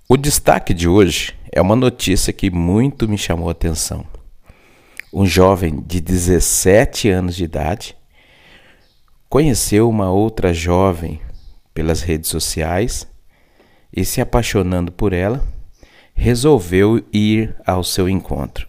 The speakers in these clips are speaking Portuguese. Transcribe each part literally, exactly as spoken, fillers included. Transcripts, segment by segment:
O destaque de hoje é uma notícia que muito me chamou a atenção. Um jovem de dezessete anos de idade conheceu uma outra jovem pelas redes sociais e, se apaixonando por ela, resolveu ir ao seu encontro.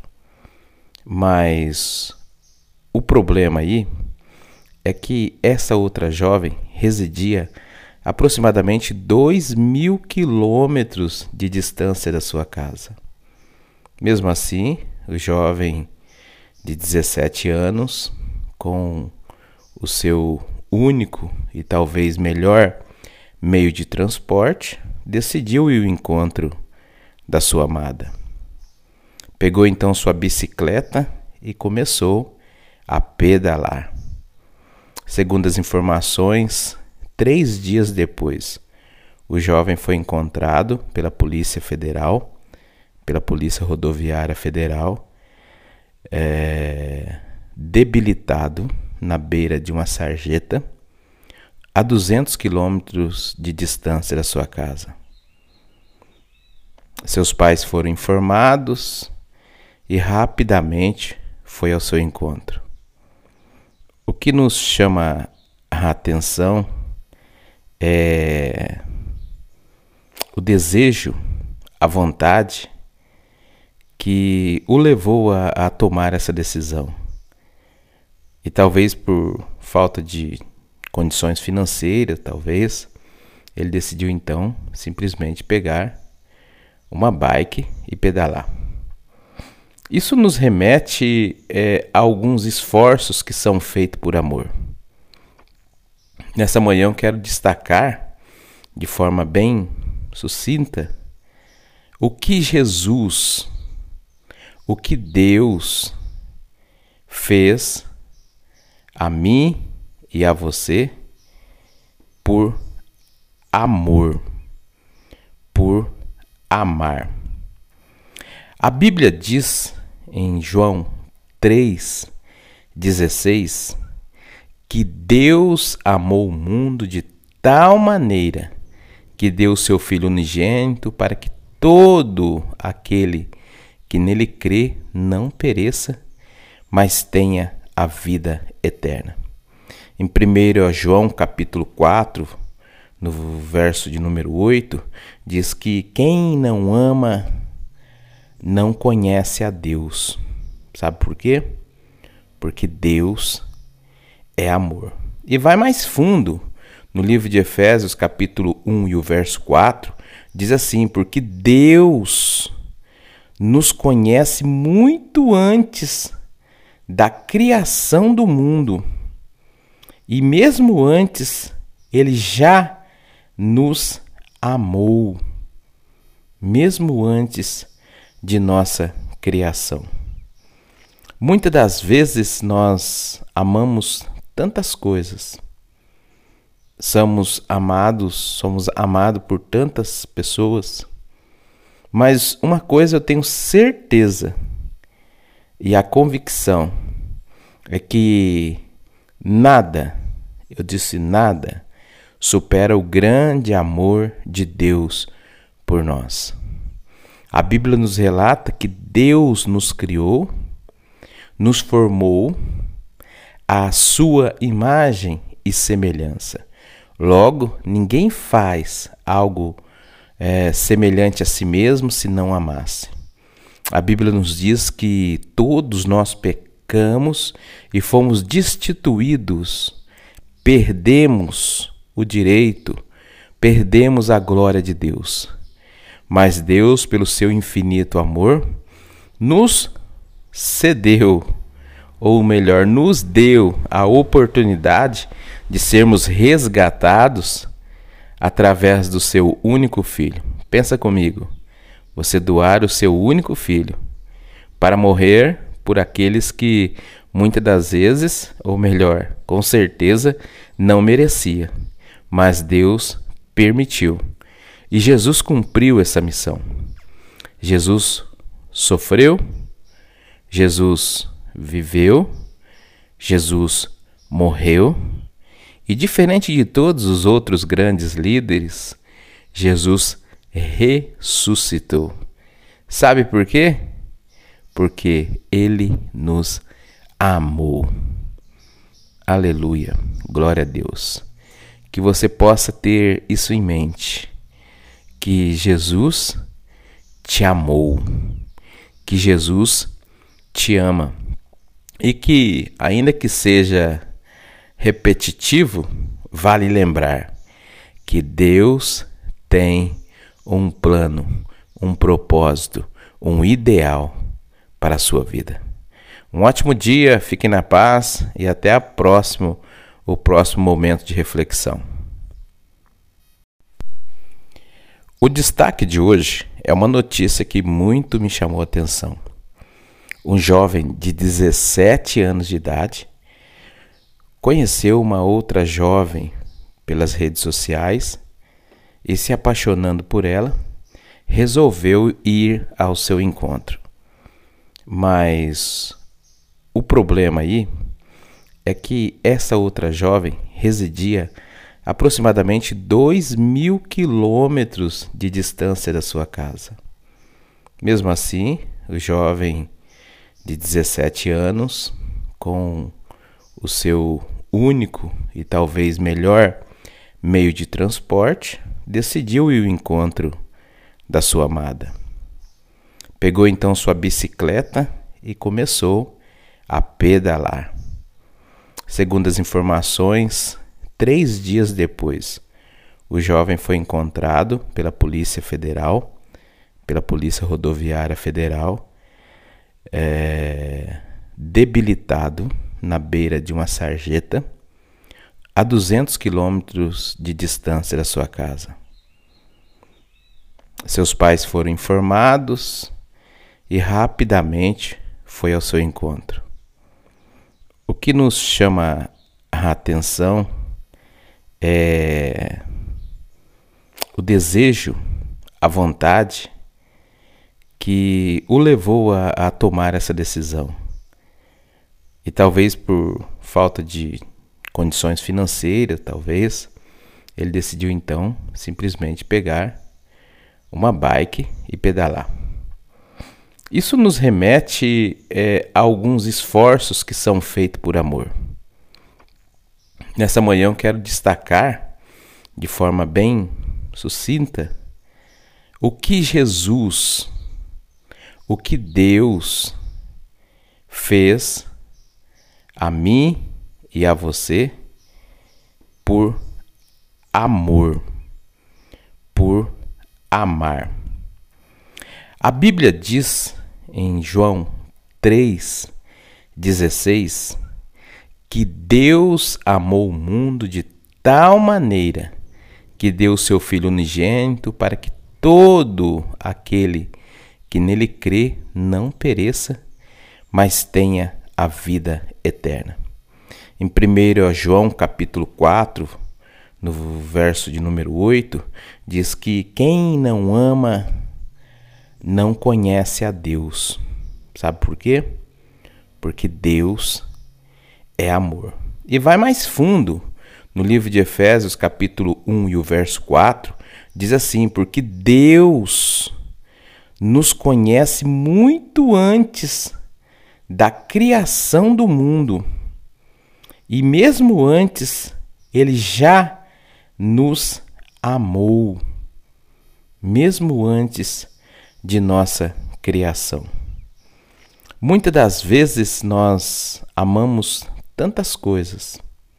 Mas o problema aí é que essa outra jovem residia aproximadamente dois mil quilômetros de distância da sua casa. Mesmo assim, o jovem de dezessete anos, com o seu único e talvez melhor meio de transporte, decidiu ir ao encontro da sua amada. Pegou então sua bicicleta e começou a pedalar. Segundo as informações, três dias depois, o jovem foi encontrado pela Polícia Federal, pela Polícia Rodoviária Federal, é, debilitado na beira de uma sarjeta, a duzentos quilômetros de distância da sua casa. Seus pais foram informados e rapidamente foi ao seu encontro. O que nos chama a atenção é o desejo, a vontade que o levou a, a tomar essa decisão. E talvez por falta de condições financeiras, talvez, ele decidiu então simplesmente pegar uma bike e pedalar. Isso nos remete é, a alguns esforços que são feitos por amor. Nessa manhã eu quero destacar de forma bem sucinta o que Jesus, o que Deus fez a mim e a você por amor, por amar. A Bíblia diz em João três, dezesseis que Deus amou o mundo de tal maneira que deu o seu Filho unigênito para que todo aquele que nele crê não pereça, mas tenha a vida eterna. Em primeiro João capítulo quatro, no verso de número oito, diz que quem não ama não conhece a Deus. Sabe por quê? Porque Deus é amor. E vai mais fundo, no livro de Efésios capítulo um e o verso quatro, diz assim: porque Deus nos conhece muito antes da criação do mundo, e mesmo antes Ele já nos amou, mesmo antes de nossa criação. Muitas das vezes nós amamos tantas coisas, somos amados, somos amados por tantas pessoas, mas uma coisa eu tenho certeza e a convicção é que nada, eu disse nada, supera o grande amor de Deus por nós. A Bíblia nos relata que Deus nos criou, nos formou à sua imagem e semelhança. Logo, ninguém faz algo é, semelhante a si mesmo se não amasse. A Bíblia nos diz que todos nós pecamos e fomos destituídos, perdemos o direito, perdemos a glória de Deus. Mas Deus, pelo seu infinito amor, nos cedeu, ou melhor, nos deu a oportunidade de sermos resgatados através do seu único filho. Pensa comigo, você doar o seu único filho para morrer por aqueles que muitas das vezes, ou melhor, com certeza, não merecia, mas Deus permitiu. E Jesus cumpriu essa missão. Jesus sofreu, Jesus viveu, Jesus morreu, e diferente de todos os outros grandes líderes, Jesus ressuscitou. Sabe por quê? Porque Ele nos amou. Aleluia, glória a Deus. Que você possa ter isso em mente, que Jesus te amou, que Jesus te ama e que, ainda que seja repetitivo, vale lembrar que Deus tem um plano, um propósito, um ideal para a sua vida. Um ótimo dia, fique na paz e até a próximo, o próximo momento de reflexão. O destaque de hoje é uma notícia que muito me chamou a atenção. Um jovem de dezessete anos de idade conheceu uma outra jovem pelas redes sociais e, se apaixonando por ela, resolveu ir ao seu encontro. Mas o problema aí é que essa outra jovem residia aproximadamente dois mil quilômetros de distância da sua casa. Mesmo assim, o jovem de dezessete anos, com o seu único e talvez melhor meio de transporte, decidiu ir ao encontro da sua amada. Pegou então sua bicicleta e começou a pedalar. Segundo as informações, três dias depois, o jovem foi encontrado pela Polícia Federal, pela Polícia Rodoviária Federal, é, debilitado na beira de uma sarjeta, a duzentos quilômetros de distância da sua casa. Seus pais foram informados e rapidamente foi ao seu encontro. O que nos chama a atenção é o desejo, a vontade que o levou a, a tomar essa decisão. E talvez por falta de condições financeiras, talvez, ele decidiu então simplesmente pegar uma bike e pedalar. Isso nos remete é, a alguns esforços que são feitos por amor. Nessa manhã eu quero destacar de forma bem sucinta o que Jesus, o que Deus fez a mim e a você por amor, por amar. A Bíblia diz em João três, dezesseis que Deus amou o mundo de tal maneira que deu o seu Filho unigênito para que todo aquele que nele crê não pereça, mas tenha a vida eterna. Em primeiro João capítulo quatro, no verso de número oito, diz que quem não ama não conhece a Deus. Sabe por quê? Porque Deus é amor. E vai mais fundo, no livro de Efésios capítulo um e o verso quatro, diz assim: porque Deus nos conhece muito antes da criação do mundo, e mesmo antes Ele já nos amou, mesmo antes de nossa criação. Muitas das vezes nós amamos tantas coisas,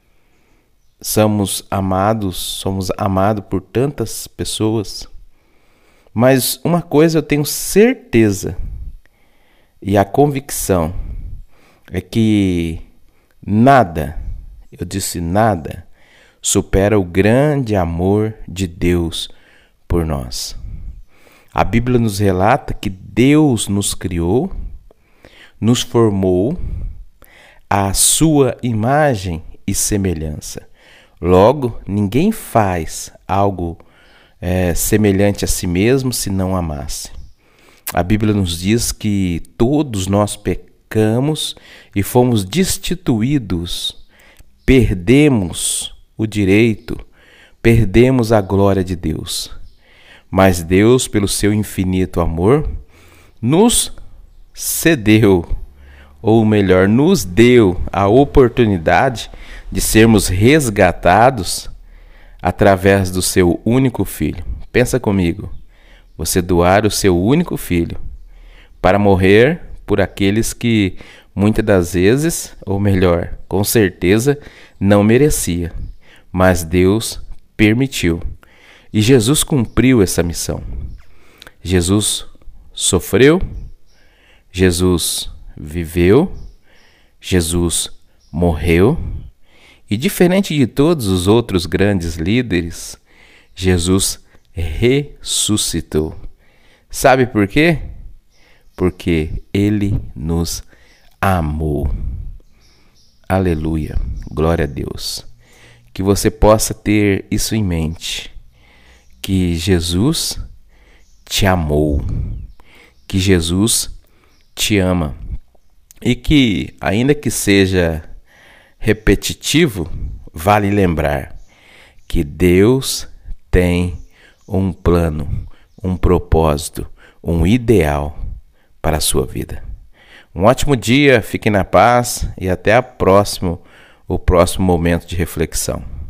somos amados, somos amados por tantas pessoas, mas uma coisa eu tenho certeza e a convicção é que nada, eu disse nada, supera o grande amor de Deus por nós. A Bíblia nos relata que Deus nos criou, nos formou à sua imagem e semelhança. Logo, ninguém faz algo é, semelhante a si mesmo se não amasse. A Bíblia nos diz que todos nós pecamos e fomos destituídos, perdemos o direito, perdemos a glória de Deus. Mas Deus, pelo seu infinito amor, nos cedeu, ou melhor, nos deu a oportunidade de sermos resgatados através do seu único filho. Pensa comigo, você doar o seu único filho para morrer por aqueles que muitas das vezes, ou melhor, com certeza, não merecia, mas Deus permitiu. E Jesus cumpriu essa missão. Jesus sofreu, Jesus viveu, Jesus morreu, e diferente de todos os outros grandes líderes, Jesus ressuscitou. Sabe por quê? Porque Ele nos amou. Aleluia, glória a Deus. Que você possa ter isso em mente, que Jesus te amou, que Jesus te ama, e que, ainda que seja repetitivo, vale lembrar que Deus tem um plano, um propósito, um ideal para a sua vida. Um ótimo dia, fique na paz e até a próximo, o próximo momento de reflexão.